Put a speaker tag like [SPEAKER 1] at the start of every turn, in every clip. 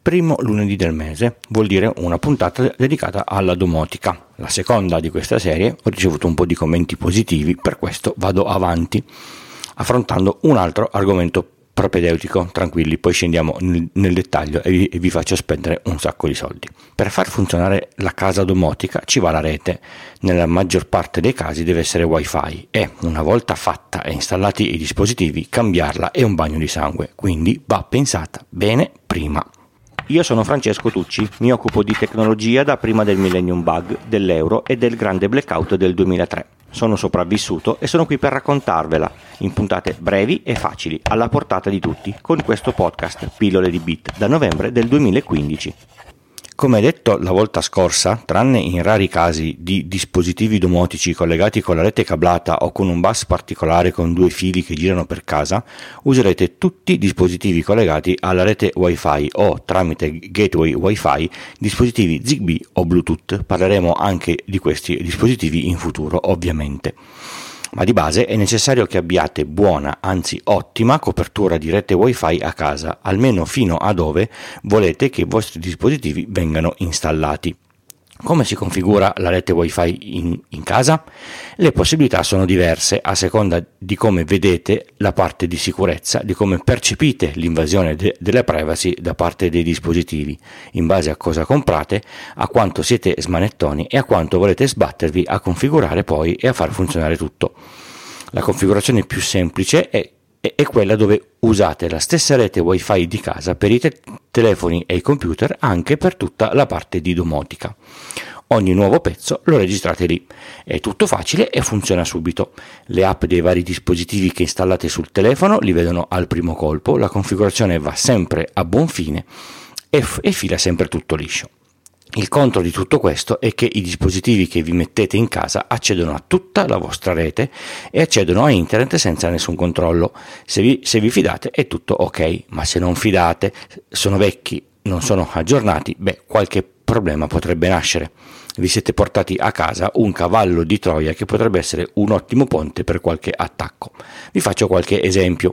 [SPEAKER 1] primo lunedì del mese, vuol dire una puntata dedicata alla domotica. La seconda di questa serie. Ho ricevuto un po' di commenti positivi, per questo vado avanti affrontando un altro argomento propedeutico. Tranquilli, poi scendiamo nel dettaglio e vi faccio spendere un sacco di soldi. Per far funzionare la casa domotica ci va la rete, nella maggior parte dei casi deve essere wifi e una volta fatta e installati i dispositivi cambiarla è un bagno di sangue, quindi va pensata bene prima. Io sono Francesco Tucci, mi occupo di tecnologia da prima del Millennium Bug, dell'euro e del grande blackout del 2003. Sono sopravvissuto e sono qui per raccontarvela in puntate brevi e facili, alla portata di tutti, con questo podcast Pillole di Bit da novembre del 2015. Come detto la volta scorsa, tranne in rari casi di dispositivi domotici collegati con la rete cablata o con un bus particolare con 2 fili che girano per casa, userete tutti dispositivi collegati alla rete Wi-Fi o tramite gateway Wi-Fi, dispositivi Zigbee o Bluetooth. Parleremo anche di questi dispositivi in futuro, ovviamente. Ma di base è necessario che abbiate buona, anzi ottima, copertura di rete Wi-Fi a casa, almeno fino a dove volete che i vostri dispositivi vengano installati. Come si configura la rete Wi-Fi in casa? Le possibilità sono diverse a seconda di come vedete la parte di sicurezza, di come percepite l'invasione della privacy da parte dei dispositivi, in base a cosa comprate, a quanto siete smanettoni e a quanto volete sbattervi a configurare poi e a far funzionare tutto. La configurazione più semplice è quella dove usate la stessa rete Wi-Fi di casa per i telefoni e i computer, anche per tutta la parte di domotica. Ogni nuovo pezzo lo registrate lì, è tutto facile e funziona subito. Le app dei vari dispositivi che installate sul telefono li vedono al primo colpo, la configurazione va sempre a buon fine e fila sempre tutto liscio. Il contro di tutto questo è che i dispositivi che vi mettete in casa accedono a tutta la vostra rete e accedono a internet senza nessun controllo. Se vi fidate è tutto ok, ma se non fidate, sono vecchi, non sono aggiornati, qualche problema potrebbe nascere. Vi siete portati a casa un cavallo di Troia che potrebbe essere un ottimo ponte per qualche attacco. Vi faccio qualche esempio.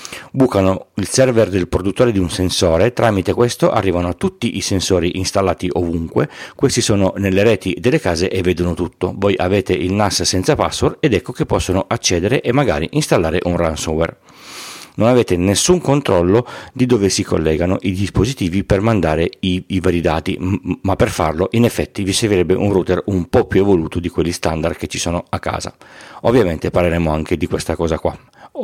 [SPEAKER 1] Bucano il server del produttore di un sensore, tramite questo arrivano a tutti i sensori installati ovunque. Questi sono nelle reti delle case e vedono tutto. Voi avete il NAS senza password ed ecco che possono accedere e magari installare un ransomware. Non avete nessun controllo di dove si collegano i dispositivi per mandare i vari dati, ma per farlo in effetti vi servirebbe un router un po' più evoluto di quelli standard che ci sono a casa. Ovviamente parleremo anche di questa cosa qua,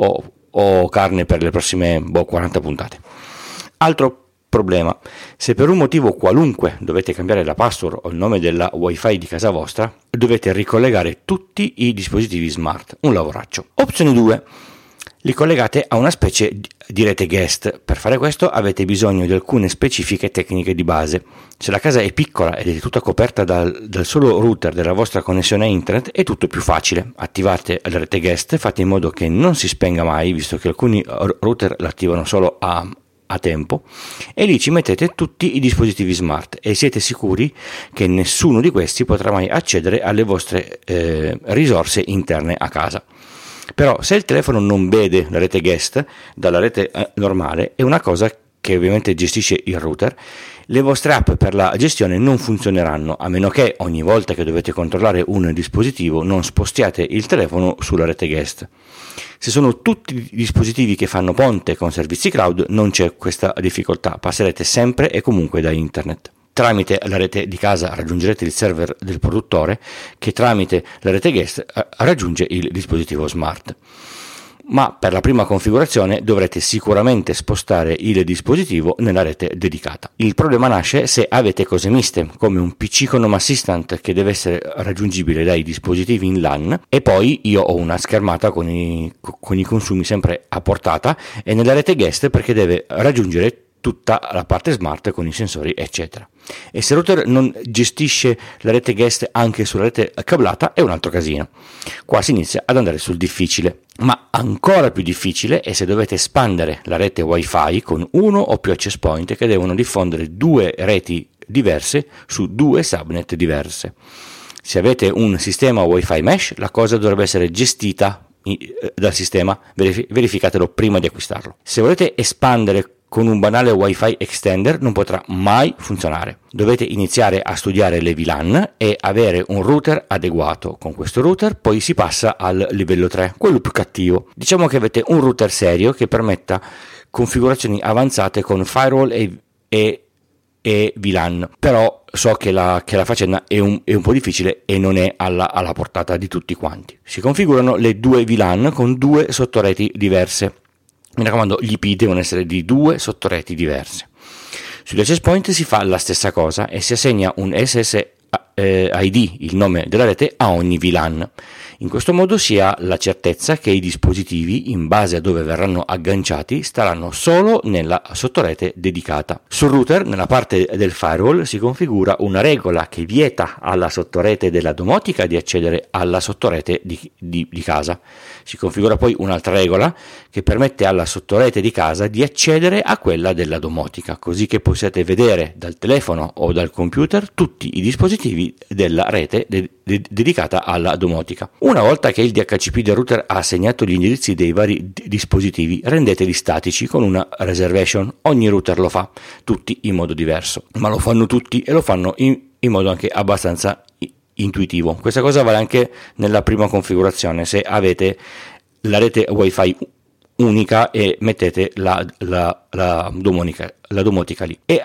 [SPEAKER 1] o carne per le prossime 40 puntate. Altro problema: se per un motivo qualunque dovete cambiare la password o il nome della Wi-Fi di casa vostra, dovete ricollegare tutti i dispositivi smart, un lavoraccio. Opzione 2: li collegate a una specie di rete guest. Per fare questo avete bisogno di alcune specifiche tecniche di base. Se la casa è piccola ed è tutta coperta dal solo router della vostra connessione a internet, è tutto più facile. Attivate la rete guest, fate in modo che non si spenga mai, visto che alcuni router l'attivano solo a tempo, e lì ci mettete tutti i dispositivi smart e siete sicuri che nessuno di questi potrà mai accedere alle vostre risorse interne a casa. Però se il telefono non vede la rete guest dalla rete normale, è una cosa che ovviamente gestisce il router, le vostre app per la gestione non funzioneranno, a meno che ogni volta che dovete controllare un dispositivo non spostiate il telefono sulla rete guest. Se sono tutti dispositivi che fanno ponte con servizi cloud, non c'è questa difficoltà, passerete sempre e comunque da internet. Tramite la rete di casa raggiungerete il server del produttore, che tramite la rete guest raggiunge il dispositivo smart. Ma per la prima configurazione dovrete sicuramente spostare il dispositivo nella rete dedicata. Il problema nasce se avete cose miste, come un PC con Home Assistant che deve essere raggiungibile dai dispositivi in LAN, e poi io ho una schermata con i consumi sempre a portata, e nella rete guest perché deve raggiungere tutta la parte smart con i sensori eccetera. E se il router non gestisce la rete guest anche sulla rete cablata, è un altro casino. Qua si inizia ad andare sul difficile, ma ancora più difficile è se dovete espandere la rete Wi-Fi con uno o più access point che devono diffondere 2 reti diverse su 2 subnet diverse. Se avete un sistema Wi-Fi mesh, la cosa dovrebbe essere gestita dal sistema, verificatelo prima di acquistarlo. Se volete espandere con un banale Wi-Fi extender non potrà mai funzionare. Dovete iniziare a studiare le VLAN e avere un router adeguato. Con questo router poi si passa al livello 3, quello più cattivo. Diciamo che avete un router serio che permetta configurazioni avanzate con firewall e VLAN, però so che la faccenda è un po' difficile e non è alla portata di tutti quanti. Si configurano le due VLAN con due sottoreti diverse. Mi raccomando, gli IP devono essere di due sottoreti diverse. Sugli access point si fa la stessa cosa e si assegna un SSID, il nome della rete, a ogni VLAN. In questo modo si ha la certezza che i dispositivi, in base a dove verranno agganciati, staranno solo nella sottorete dedicata. Sul router, nella parte del firewall, si configura una regola che vieta alla sottorete della domotica di accedere alla sottorete di casa. Si configura poi un'altra regola che permette alla sottorete di casa di accedere a quella della domotica, così che possiate vedere dal telefono o dal computer tutti i dispositivi della rete dedicata alla domotica. Una volta che il DHCP del router ha assegnato gli indirizzi dei vari dispositivi, rendeteli statici con una reservation. Ogni router lo fa, tutti in modo diverso, ma lo fanno tutti e lo fanno in modo anche abbastanza intuitivo. Questa cosa vale anche nella prima configurazione. Se avete la rete Wi-Fi unica e mettete la domotica lì. E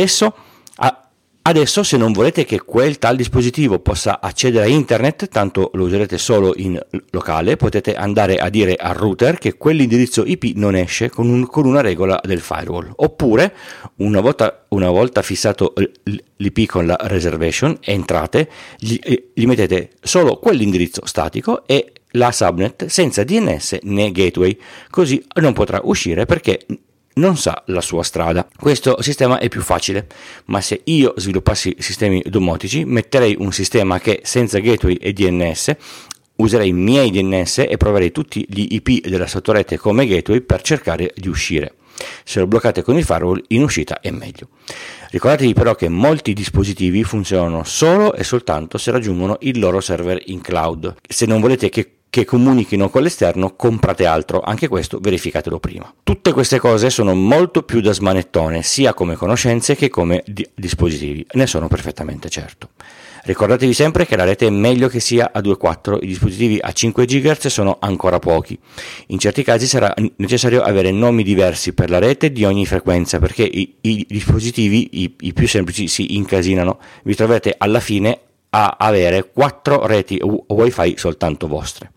[SPEAKER 1] adesso, se non volete che quel tal dispositivo possa accedere a internet, tanto lo userete solo in locale, potete andare a dire al router che quell'indirizzo IP non esce con una regola del firewall. Oppure, una volta fissato l'IP con la reservation, entrate, gli mettete solo quell'indirizzo statico e la subnet senza DNS né gateway, così non potrà uscire perché non sa la sua strada. Questo sistema è più facile, ma se io sviluppassi sistemi domotici metterei un sistema che senza gateway e DNS, userei i miei DNS e proverei tutti gli IP della sottorete come gateway per cercare di uscire. Se lo bloccate con il firewall, in uscita è meglio. Ricordatevi però che molti dispositivi funzionano solo e soltanto se raggiungono il loro server in cloud. Se non volete che comunichino con l'esterno, comprate altro, anche questo verificatelo prima. Tutte queste cose sono molto più da smanettone, sia come conoscenze che come dispositivi, ne sono perfettamente certo. Ricordatevi sempre che la rete è meglio che sia a 2.4, i dispositivi a 5 GHz sono ancora pochi. In certi casi sarà necessario avere nomi diversi per la rete di ogni frequenza, perché i dispositivi, i più semplici, si incasinano. Vi troverete alla fine a avere 4 reti Wi-Fi soltanto vostre,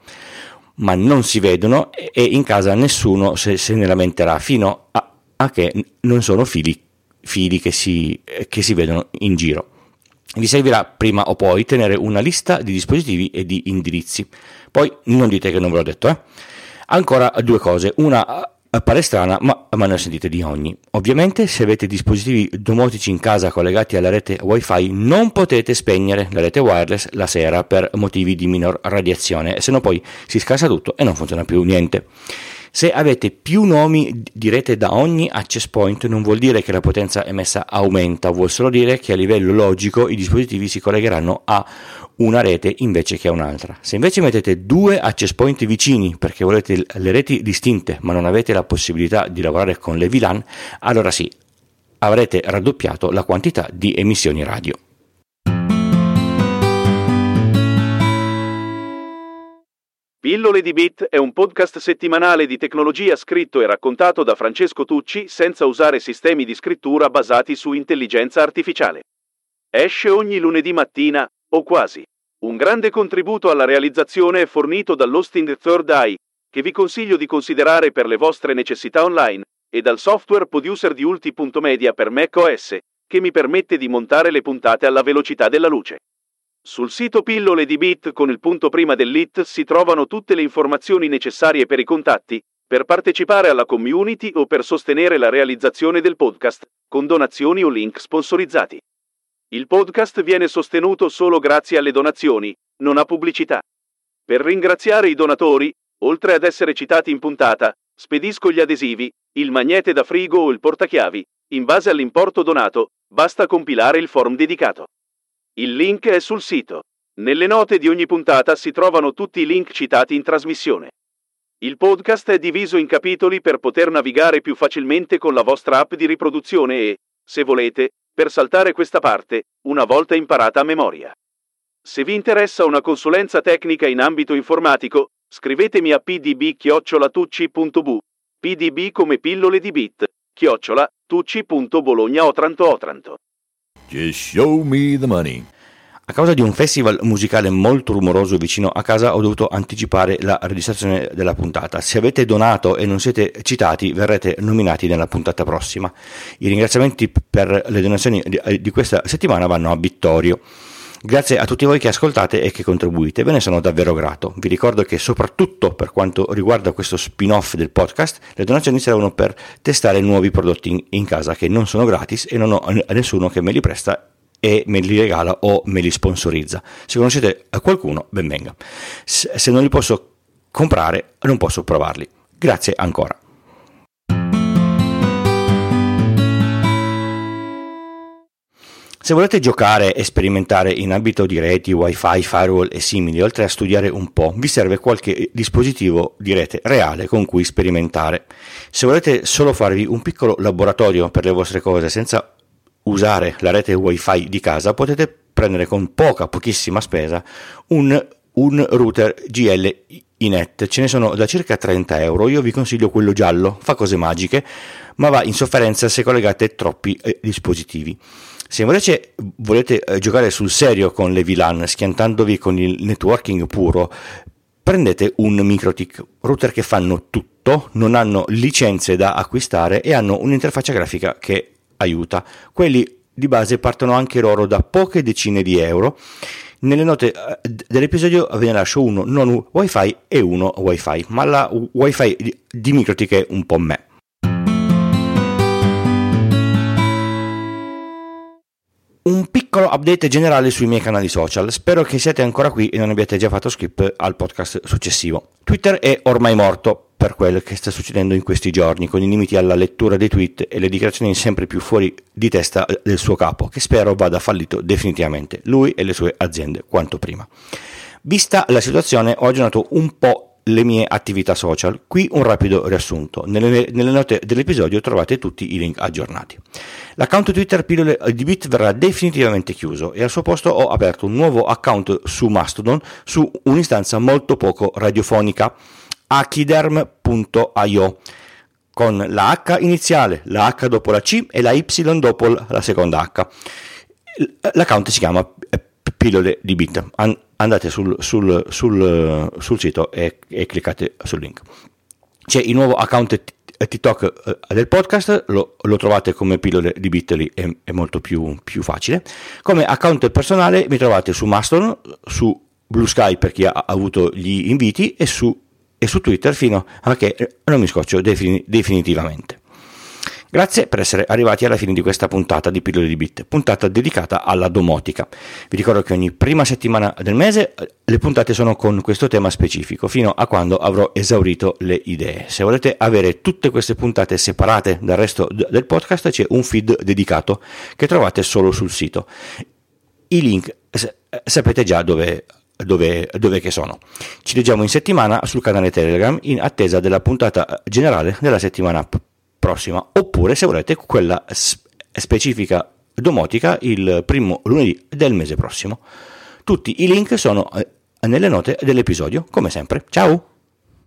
[SPEAKER 1] ma non si vedono e in casa nessuno se ne lamenterà, fino a che non sono fili che si vedono in giro. Vi servirà prima o poi tenere una lista di dispositivi e di indirizzi. Poi non dite che non ve l'ho detto. Ancora due cose, una appare strana, ma ne ho sentite di ogni. Ovviamente, se avete dispositivi domotici in casa collegati alla rete Wi-Fi, non potete spegnere la rete wireless la sera per motivi di minor radiazione, se no poi si scassa tutto e non funziona più niente. Se avete più nomi di rete da ogni access point, non vuol dire che la potenza emessa aumenta, vuol solo dire che a livello logico i dispositivi si collegheranno a una rete invece che a un'altra. Se invece mettete 2 access point vicini perché volete le reti distinte ma non avete la possibilità di lavorare con le VLAN, allora sì, avrete raddoppiato la quantità di emissioni radio.
[SPEAKER 2] Pillole di Bit è un podcast settimanale di tecnologia scritto e raccontato da Francesco Tucci senza usare sistemi di scrittura basati su intelligenza artificiale. Esce ogni lunedì mattina, o quasi. Un grande contributo alla realizzazione è fornito dall'hosting Third Eye, che vi consiglio di considerare per le vostre necessità online, e dal software producer di Ulti.media per macOS, che mi permette di montare le puntate alla velocità della luce. Sul sito Pillole di Bit con il punto prima dell'it si trovano tutte le informazioni necessarie per i contatti, per partecipare alla community o per sostenere la realizzazione del podcast, con donazioni o link sponsorizzati. Il podcast viene sostenuto solo grazie alle donazioni, non a pubblicità. Per ringraziare i donatori, oltre ad essere citati in puntata, spedisco gli adesivi, il magnete da frigo o il portachiavi. In base all'importo donato, basta compilare il form dedicato. Il link è sul sito. Nelle note di ogni puntata si trovano tutti i link citati in trasmissione. Il podcast è diviso in capitoli per poter navigare più facilmente con la vostra app di riproduzione e, se volete, per saltare questa parte, una volta imparata a memoria. Se vi interessa una consulenza tecnica in ambito informatico, scrivetemi a pdb@tucci.bu, pdb come pillole di bit, @tucci.bologna-otranto.
[SPEAKER 3] Just show me the money.
[SPEAKER 1] A causa di un festival musicale molto rumoroso vicino a casa ho dovuto anticipare la registrazione della puntata. Se avete donato e non siete citati, verrete nominati nella puntata prossima. I ringraziamenti per le donazioni di questa settimana vanno a Vittorio. Grazie a tutti voi che ascoltate e che contribuite, ve ne sono davvero grato. Vi ricordo che soprattutto per quanto riguarda questo spin-off del podcast, le donazioni servono per testare nuovi prodotti in casa che non sono gratis e non ho nessuno che me li presta e me li regala o me li sponsorizza. Se conoscete qualcuno, ben venga. Se non li posso comprare, non posso provarli. Grazie ancora. Se volete giocare e sperimentare in ambito di reti, wifi, firewall e simili, oltre a studiare un po', vi serve qualche dispositivo di rete reale con cui sperimentare. Se volete solo farvi un piccolo laboratorio per le vostre cose senza usare la rete wifi di casa, potete prendere con pochissima spesa un router GL-INET. Ce ne sono da circa 30 euro. Io vi consiglio quello giallo, fa cose magiche, ma va in sofferenza se collegate troppi dispositivi. Se invece volete giocare sul serio con le VLAN, schiantandovi con il networking puro, prendete un MikroTik, router che fanno tutto, non hanno licenze da acquistare e hanno un'interfaccia grafica che aiuta. Quelli di base partono anche loro da poche decine di euro. Nelle note dell'episodio ve ne lascio uno non wifi e uno wifi, ma la wifi di MikroTik è un po' me. Un piccolo update generale sui miei canali social. Spero che siate ancora qui e non abbiate già fatto skip al podcast successivo. Twitter è ormai morto per quello che sta succedendo in questi giorni, con i limiti alla lettura dei tweet e le dichiarazioni sempre più fuori di testa del suo capo, che spero vada fallito definitivamente, lui e le sue aziende, quanto prima. Vista la situazione, ho aggiornato un po' le mie attività social. Qui un rapido riassunto. Nelle note dell'episodio trovate tutti i link aggiornati. L'account Twitter Pillole di Bit verrà definitivamente chiuso e al suo posto ho aperto un nuovo account su Mastodon su un'istanza molto poco radiofonica, achiderm.io, con la H iniziale, la H dopo la C e la Y dopo la seconda H. L'account si chiama Pillole di Bit. Andate sul sito e cliccate sul link. C'è il nuovo account TikTok del podcast, lo trovate come Pillole di Bit, lì è molto più facile. Come account personale mi trovate su Mastodon, su Blue Sky per chi ha avuto gli inviti e su Twitter fino a che non mi scoccio definitivamente. Grazie per essere arrivati alla fine di questa puntata di Pillole di Bit, puntata dedicata alla domotica. Vi ricordo che ogni prima settimana del mese le puntate sono con questo tema specifico, fino a quando avrò esaurito le idee. Se volete avere tutte queste puntate separate dal resto del podcast, c'è un feed dedicato che trovate solo sul sito. I link sapete già dove che sono. Ci leggiamo in settimana sul canale Telegram in attesa della puntata generale della settimana prossima, oppure se volete quella specifica domotica il primo lunedì del mese prossimo. Tutti i link sono nelle note dell'episodio, come sempre. Ciao!